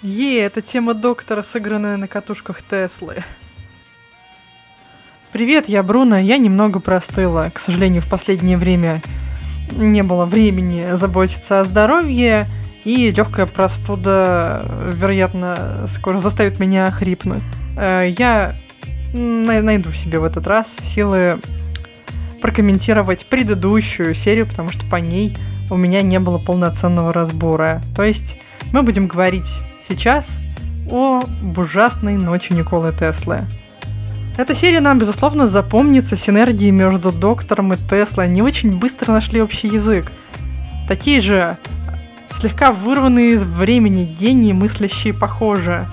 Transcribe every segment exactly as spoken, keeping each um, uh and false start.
Е, это тема доктора, сыгранная на катушках Теслы. Привет, я Бруно, я немного простыла. К сожалению, в последнее время не было времени заботиться о здоровье, и легкая простуда, вероятно, скоро заставит меня охрипнуть. Я найду в себе в этот раз силы прокомментировать предыдущую серию, потому что по ней у меня не было полноценного разбора. То есть мы будем говорить сейчас об ужасной ночи Николы Теслы. Эта серия нам, безусловно, запомнится синергией между доктором и Теслой. Они очень быстро нашли общий язык. Такие же слегка вырванные из времени гении, мыслящие похоже.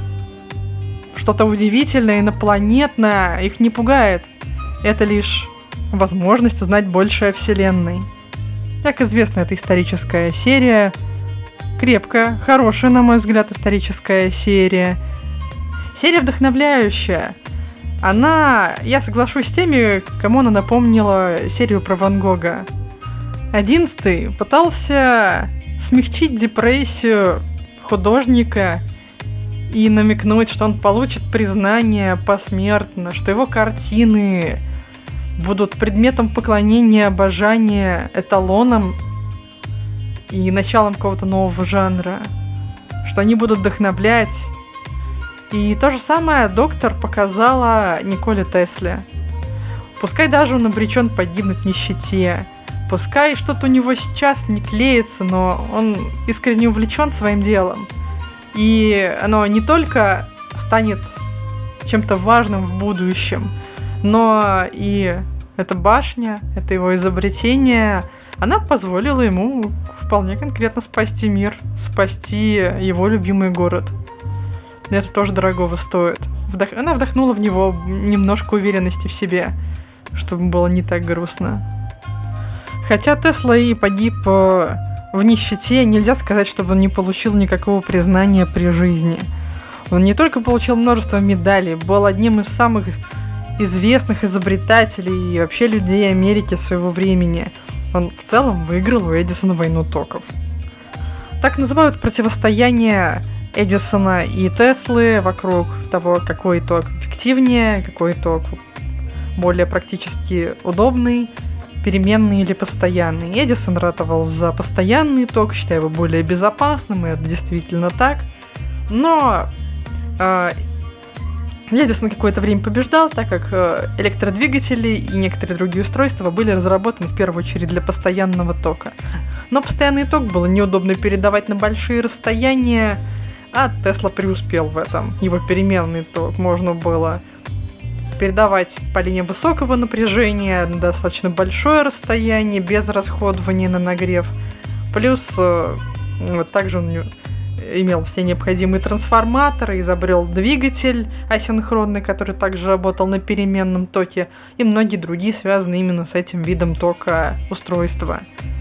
Что-то удивительное, инопланетное их не пугает. Это лишь возможность узнать больше о Вселенной. Как известно, это историческая серия. Крепкая, хорошая, на мой взгляд, историческая серия. Серия вдохновляющая. Она, я соглашусь с теми, кому она напомнила серию про Ван Гога. Одиннадцатый пытался смягчить депрессию художника и намекнуть, что он получит признание посмертно, что его картины будут предметом поклонения, обожания, эталоном и началом какого-то нового жанра, что они будут вдохновлять. И то же самое доктор показала Николе Тесле. Пускай даже он обречен погибнуть в нищете, пускай что-то у него сейчас не клеится, но он искренне увлечен своим делом. И оно не только станет чем-то важным в будущем, но и эта башня, это его изобретение, она позволила ему вполне конкретно спасти мир, спасти его любимый город. Это тоже дорогого стоит. Вдох... Она вдохнула в него немножко уверенности в себе, чтобы было не так грустно. Хотя Тесла и погиб в нищете, нельзя сказать, чтобы он не получил никакого признания при жизни. Он не только получил множество медалей, был одним из самых известных изобретателей и вообще людей Америки своего времени. Он в целом выиграл у Эдисона войну токов. Так называют противостояние Эдисона и Теслы вокруг того, какой ток эффективнее, какой ток более практически удобный, переменный или постоянный. Эдисон ратовал за постоянный ток, считая его более безопасным, и это действительно так. Но э, Эдисон какое-то время побеждал, так как э, электродвигатели и некоторые другие устройства были разработаны в первую очередь для постоянного тока. Но постоянный ток было неудобно передавать на большие расстояния, а Тесла преуспел в этом. Его переменный ток можно было передавать по линии высокого напряжения на достаточно большое расстояние, без расходования на нагрев. Плюс вот также он имел все необходимые трансформаторы, изобрел двигатель асинхронный, который также работал на переменном токе, и многие другие связаны именно с этим видом тока устройства.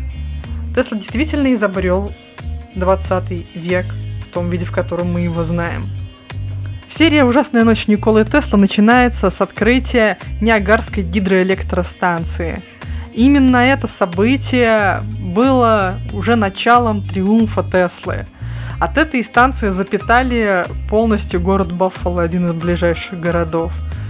Тесла действительно изобрел двадцатый век в том виде, в котором мы его знаем. Серия «Ужасная ночь Николы Теслы» начинается с открытия Ниагарской гидроэлектростанции. Именно это событие было уже началом триумфа Теслы. От этой станции запитали полностью город Баффало, один из ближайших городов.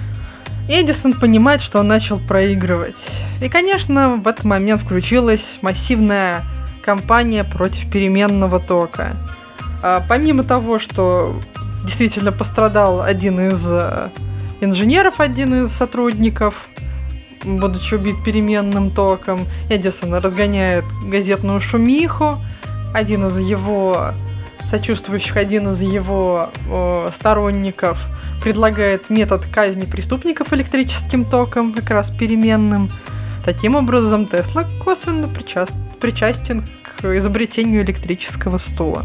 Эдисон понимает, что он начал проигрывать. И, конечно, в этот момент включилась массивная кампания против переменного тока. А помимо того, что действительно пострадал один из инженеров, один из сотрудников, будучи убит переменным током, Эдисон разгоняет газетную шумиху, один из его сочувствующих, один из его э, сторонников предлагает метод казни преступников электрическим током, как раз переменным. Таким образом, Тесла косвенно причаст... причастен к изобретению электрического стула.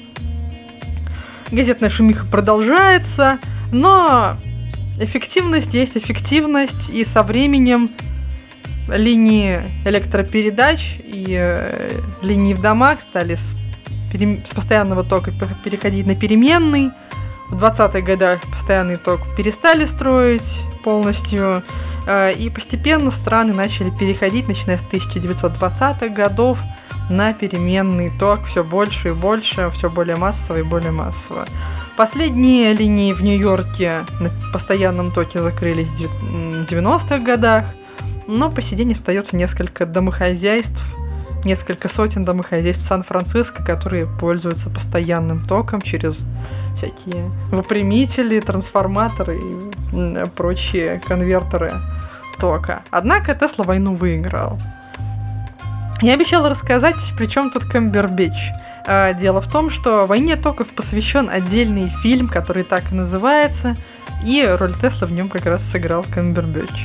Газетная шумиха продолжается, но эффективность есть эффективность, и со временем линии электропередач и э, линии в домах стали с, пере... с постоянного тока переходить на переменный. В двадцатых годах постоянный ток перестали строить полностью, э, и постепенно страны начали переходить, начиная с тысяча девятьсот двадцатых годов, на переменный ток все больше и больше, все более массово и более массово. Последние линии в Нью-Йорке на постоянном токе закрылись в девяностых годах, но по сей день остается несколько домохозяйств, несколько сотен домохозяйств Сан-Франциско, которые пользуются постоянным током через всякие выпрямители, трансформаторы и прочие конвертеры тока. Однако Тесла войну выиграл. Я обещала рассказать, при чем тут Камбербэтч. Дело в том, что «Войне токов» посвящен отдельный фильм, который так и называется, и роль Теслы в нем как раз сыграл Камбербэтч.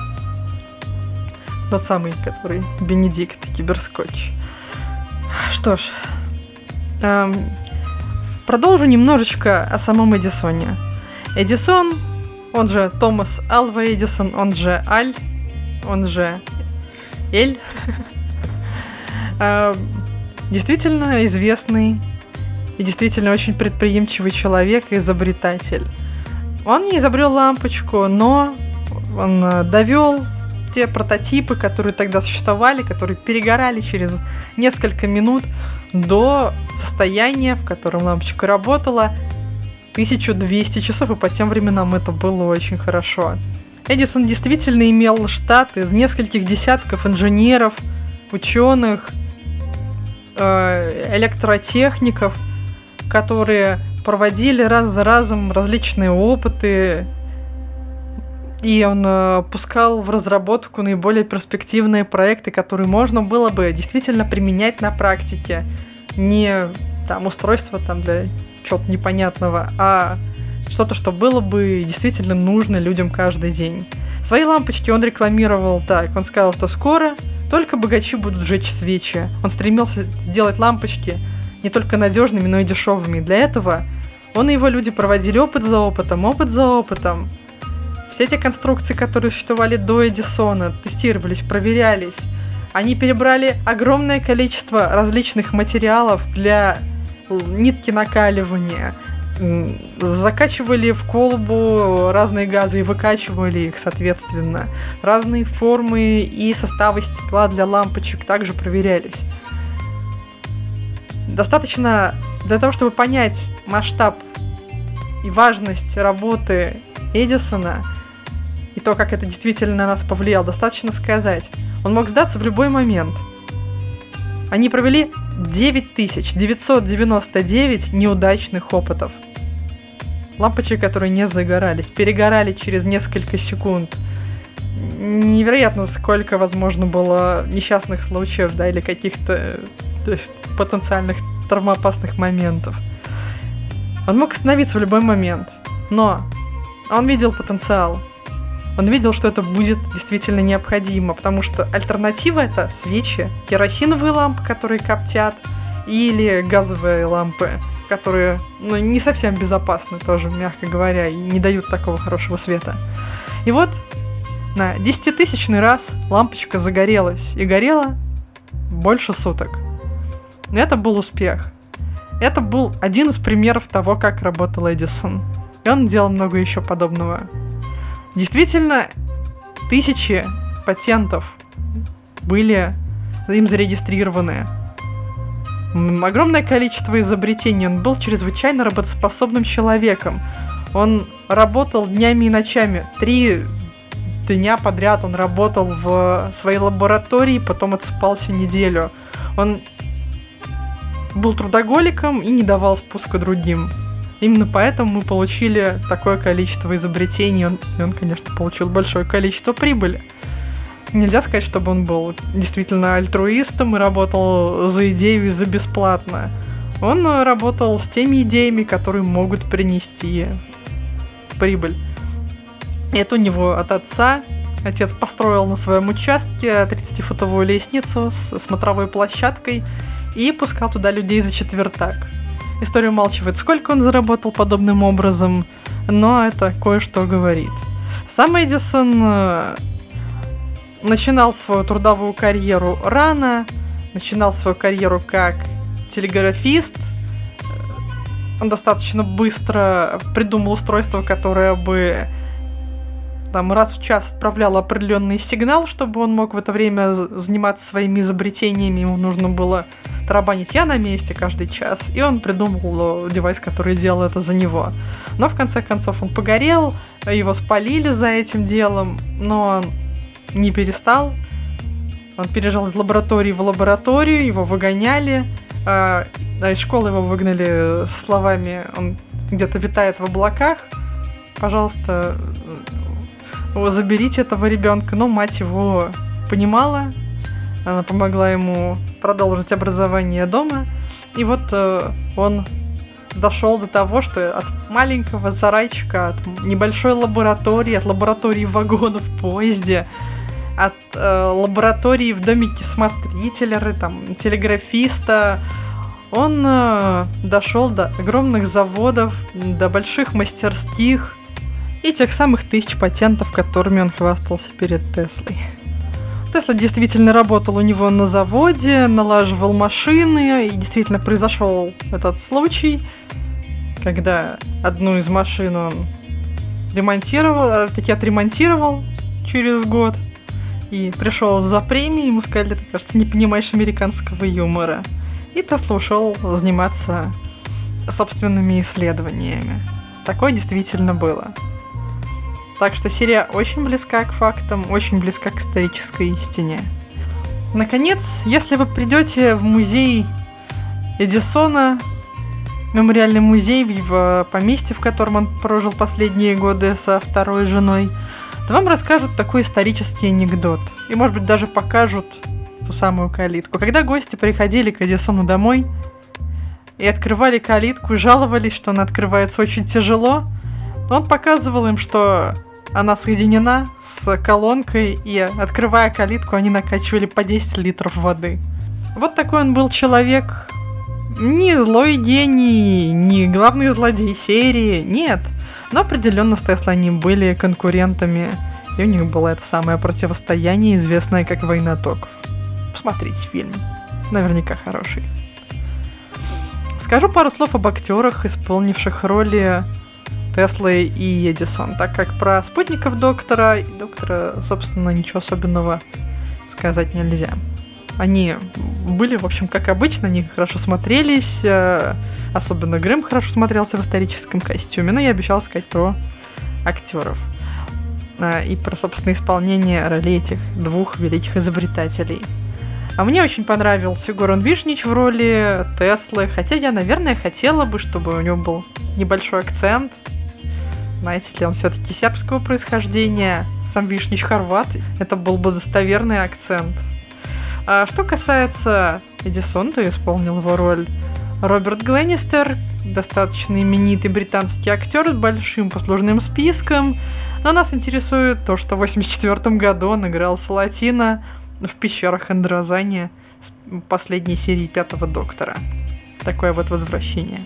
Тот самый, который Бенедикт Киберскотч. Что ж, эм, продолжу немножечко о самом Эдисоне. Эдисон, он же Томас Альва Эдисон, он же Аль, он же Эль, действительно известный и действительно очень предприимчивый человек и изобретатель. Он не изобрел лампочку, но он довел те прототипы, которые тогда существовали, которые перегорали через несколько минут, до состояния, в котором лампочка работала тысяча двести часов, и по тем временам это было очень хорошо. Эдисон действительно имел штат из нескольких десятков инженеров, ученых, электротехников, которые проводили раз за разом различные опыты, и он э, пускал в разработку наиболее перспективные проекты, которые можно было бы действительно применять на практике. Не там устройство там для чего-то непонятного, а что-то, что было бы действительно нужно людям каждый день. Свои лампочки он рекламировал так. Он сказал, что скоро только богачи будут жечь свечи. Он стремился сделать лампочки не только надежными, но и дешевыми. Для этого он и его люди проводили опыт за опытом, опыт за опытом. Все те конструкции, которые существовали до Эдисона, тестировались, проверялись. Они перебрали огромное количество различных материалов для нитки накаливания, закачивали в колбу разные газы и выкачивали их, соответственно. Разные формы и составы стекла для лампочек также проверялись. Достаточно для того, чтобы понять масштаб и важность работы Эдисона и то, как это действительно на нас повлияло, достаточно сказать. Он мог сдаться в любой момент. Они провели девять тысяч девятьсот девяносто девять неудачных опытов. Лампочки, которые не загорались, перегорали через несколько секунд. Невероятно, сколько, возможно, было несчастных случаев, да, или каких-то потенциальных травмоопасных моментов. Он мог остановиться в любой момент, но он видел потенциал. Он видел, что это будет действительно необходимо, потому что альтернатива — это свечи, керосиновые лампы, которые коптят, или газовые лампы, которые, ну, не совсем безопасны тоже, мягко говоря, и не дают такого хорошего света. И вот на десятитысячный раз лампочка загорелась, и горела больше суток. Это был успех. Это был один из примеров того, как работал Эдисон. И он делал много еще подобного. Действительно, тысячи патентов были им зарегистрированы. Огромное количество изобретений. Он был чрезвычайно работоспособным человеком. Он работал днями и ночами. Три дня подряд он работал в своей лаборатории, потом отсыпался неделю. Он был трудоголиком и не давал спуска другим. Именно поэтому мы получили такое количество изобретений, он, и он, конечно, получил большое количество прибыли. Нельзя сказать, чтобы он был действительно альтруистом и работал за идею и за бесплатно. Он работал с теми идеями, которые могут принести прибыль. Это у него от отца. Отец построил на своем участке тридцатифутовую лестницу с смотровой площадкой и пускал туда людей за четвертак. История умалчивает, сколько он заработал подобным образом, но это кое-что говорит. Сам Эдисон начинал свою трудовую карьеру рано, начинал свою карьеру как телеграфист. Он достаточно быстро придумал устройство, которое бы там раз в час отправляла определенный сигнал, чтобы он мог в это время заниматься своими изобретениями. Ему нужно было тарабанить «я на месте» каждый час, и он придумал девайс, который делал это за него. Но в конце концов он погорел, его спалили за этим делом, но он не перестал. Он переезжал из лаборатории в лабораторию, его выгоняли, а из школы его выгнали словами «он где-то витает в облаках, пожалуйста, заберите этого ребенка». Но мать его понимала, она помогла ему продолжить образование дома, и вот э, он дошел до того, что от маленького сарайчика, от небольшой лаборатории, от лаборатории вагона в поезде, от э, лаборатории в домике смотрителя, там, телеграфиста, он э, дошел до огромных заводов, до больших мастерских и тех самых тысяч патентов, которыми он хвастался перед Теслой. Тесла действительно работал у него на заводе, налаживал машины, и действительно произошел этот случай, когда одну из машин он ремонтировал, таки отремонтировал через год, и пришел за премией, ему сказали: ты, кажется, не понимаешь американского юмора. И Тесла ушел заниматься собственными исследованиями. Такое действительно было. Так что серия очень близка к фактам, очень близка к исторической истине. Наконец, если вы придете в музей Эдисона, мемориальный музей в поместье, в котором он прожил последние годы со второй женой, то вам расскажут такой исторический анекдот. И, может быть, даже покажут ту самую калитку. Когда гости приходили к Эдисону домой и открывали калитку, и жаловались, что она открывается очень тяжело, он показывал им, что она соединена с колонкой, и, открывая калитку, они накачивали по десять литров воды. Вот такой он был человек. Не злой гений, не главный злодей серии, нет. Но определенно с Теслой они были конкурентами, и у них было это самое противостояние, известное как «Война токов». Посмотрите фильм, наверняка хороший. Скажу пару слов об актерах, исполнивших роли Теслы и Эдисон, так как про спутников доктора и доктора, собственно, ничего особенного сказать нельзя. Они были, в общем, как обычно, они хорошо смотрелись, особенно Грэм хорошо смотрелся в историческом костюме, но я обещал сказать про актеров и про, собственно, исполнение ролей этих двух великих изобретателей. А мне очень понравился Горан Вишнич в роли Теслы, хотя я, наверное, хотела бы, чтобы у него был небольшой акцент. Знаете ли, он все-таки сербского происхождения, сам Вишнич хорват, это был бы достоверный акцент. А что касается Эдисона, то исполнил его роль Роберт Глэнистер, достаточно именитый британский актер с большим послужным списком, но нас интересует то, что в восемьдесят четвёртом году он играл Салатина в пещерах Андрозания в последней серии Пятого Доктора. Такое вот возвращение.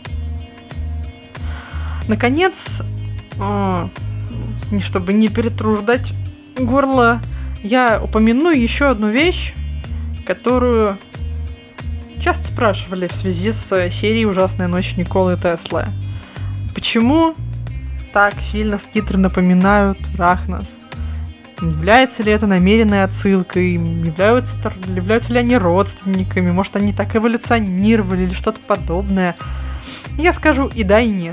Наконец, о, чтобы не перетруждать горло, я упомяну еще одну вещь, которую часто спрашивали в связи с серией «Ужасная ночь» Николы Теслы. Почему так сильно скитры напоминают Рахнас? Является ли это намеренной отсылкой? Являются, являются ли они родственниками? Может, они так эволюционировали или что-то подобное? Я скажу и да, и нет.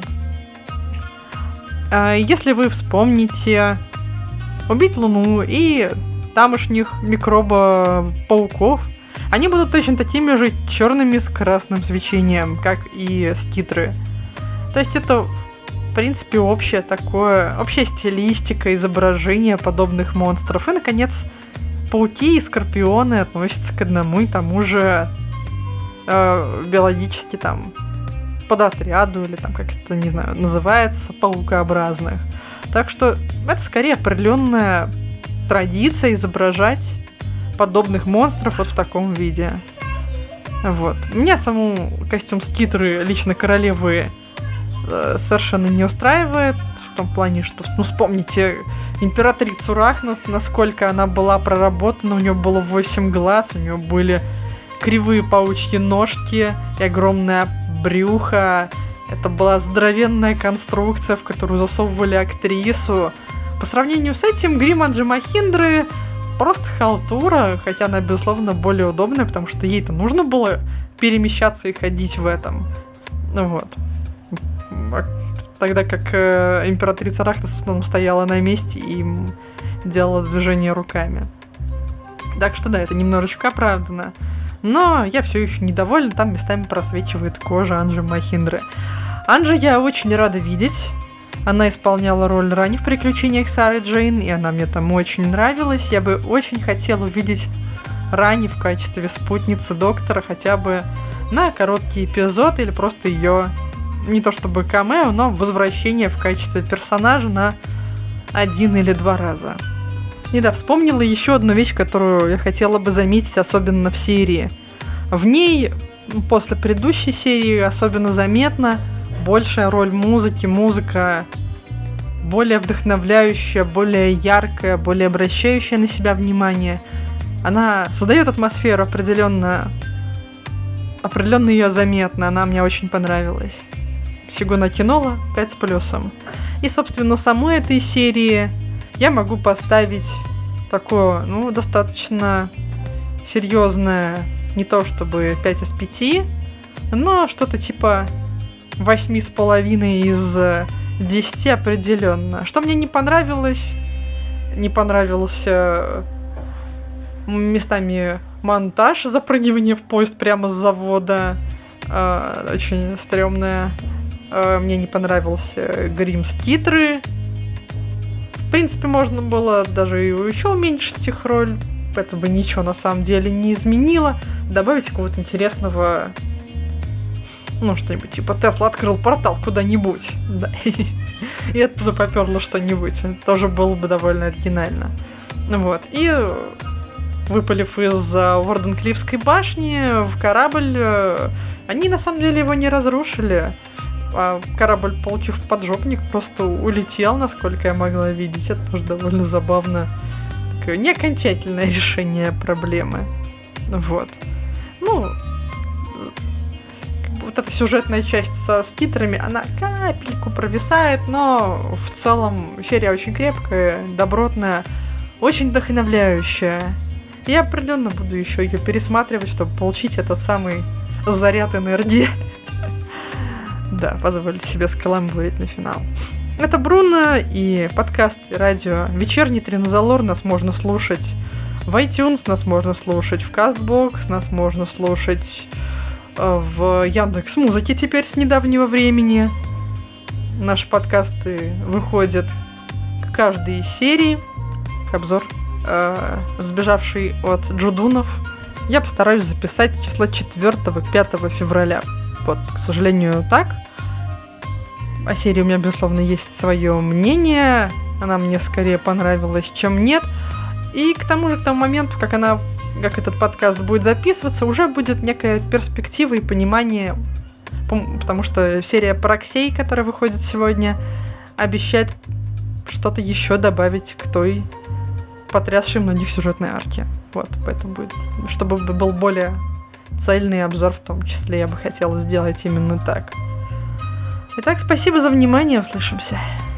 Если вы вспомните «Убить Луну» и тамошних микробов-пауков, они будут точно такими же черными с красным свечением, как и скитры. То есть это, в принципе, общее такое, общая стилистика изображения подобных монстров. И, наконец, пауки и скорпионы относятся к одному и тому же э, биологически там подотряду, или там как это, не знаю, называется, паукообразных. Так что это скорее определенная традиция изображать подобных монстров вот в таком виде. Вот. Меня саму костюм скитры лично королевы э, совершенно не устраивает. В том плане, что, ну, вспомните императрицу Рахнас, насколько она была проработана. У нее было восемь глаз, у нее были кривые паучьи ножки и огромное брюхо. Это была здоровенная конструкция, в которую засовывали актрису. По сравнению с этим, грим Анджи Махиндры просто халтура, хотя она, безусловно, более удобная, потому что ей-то нужно было перемещаться и ходить в этом. Вот. Тогда как э, императрица Арахнис стояла на месте и делала движение руками. Так что да, это немножечко оправдано. Но я все еще недовольна, там местами просвечивает кожа Анджи Махиндры. Анджи я очень рада видеть. Она исполняла роль Рани в «Приключениях Сары Джейн», и она мне там очень нравилась. Я бы очень хотела увидеть Рани в качестве спутницы Доктора хотя бы на короткий эпизод или просто ее, не то чтобы камео, но возвращение в качестве персонажа на один или два раза. И да, вспомнила еще одну вещь, которую я хотела бы заметить, особенно в серии. В ней, после предыдущей серии, особенно заметна большая роль музыки. Музыка более вдохновляющая, более яркая, более обращающая на себя внимание. Она создает атмосферу определенно, определенно ее заметно, она мне очень понравилась. Сигуна Кинола пять с плюсом. И, собственно, самой этой серии я могу поставить такое, ну, достаточно серьезное, не то чтобы пять из пяти, но что-то типа восемь с половиной из десяти определенно. Что мне не понравилось, не понравился местами монтаж, запрыгивание в поезд прямо с завода, э, очень стрёмное. Э, мне не понравился грим с титры. В принципе, можно было даже и еще уменьшить их роль. Это бы ничего на самом деле не изменило. Добавить какого-то интересного, ну, что-нибудь типа Тесла открыл портал куда-нибудь. Да. И оттуда поперло что-нибудь. Это тоже было бы довольно оригинально. Вот. И выпалив из Уорденклифской башни в корабль, они на самом деле его не разрушили. А корабль, получив поджопник, просто улетел, насколько я могла видеть. Это тоже довольно забавно. Такое не окончательное решение проблемы. Вот. Ну, вот эта сюжетная часть со с титрами, она капельку провисает, но в целом серия очень крепкая, добротная, очень вдохновляющая. Я определенно буду еще ее пересматривать, чтобы получить этот самый заряд энергии. Да, позволить себе скаламбурить на финал. Это Бруно и подкаст и радио «Вечерний Тринозавр». Нас можно слушать в iTunes, нас можно слушать в Castbox, нас можно слушать в Яндекс.Музыке теперь с недавнего времени. Наши подкасты выходят к каждой серии. Обзор, э, сбежавший от Джудунов, я постараюсь записать числа четвёртого-пятого февраля. Вот, к сожалению, так. О серии у меня, безусловно, есть свое мнение. Она мне скорее понравилась, чем нет. И к тому же, к тому моменту, как она, как этот подкаст будет записываться, уже будет некая перспектива и понимание, потому что серия Параксей, которая выходит сегодня, обещает что-то еще добавить к той потрясшей многих сюжетной арке. Вот, поэтому будет, чтобы был более цельный обзор в том числе, я бы хотела сделать именно так. Итак, спасибо за внимание, услышимся.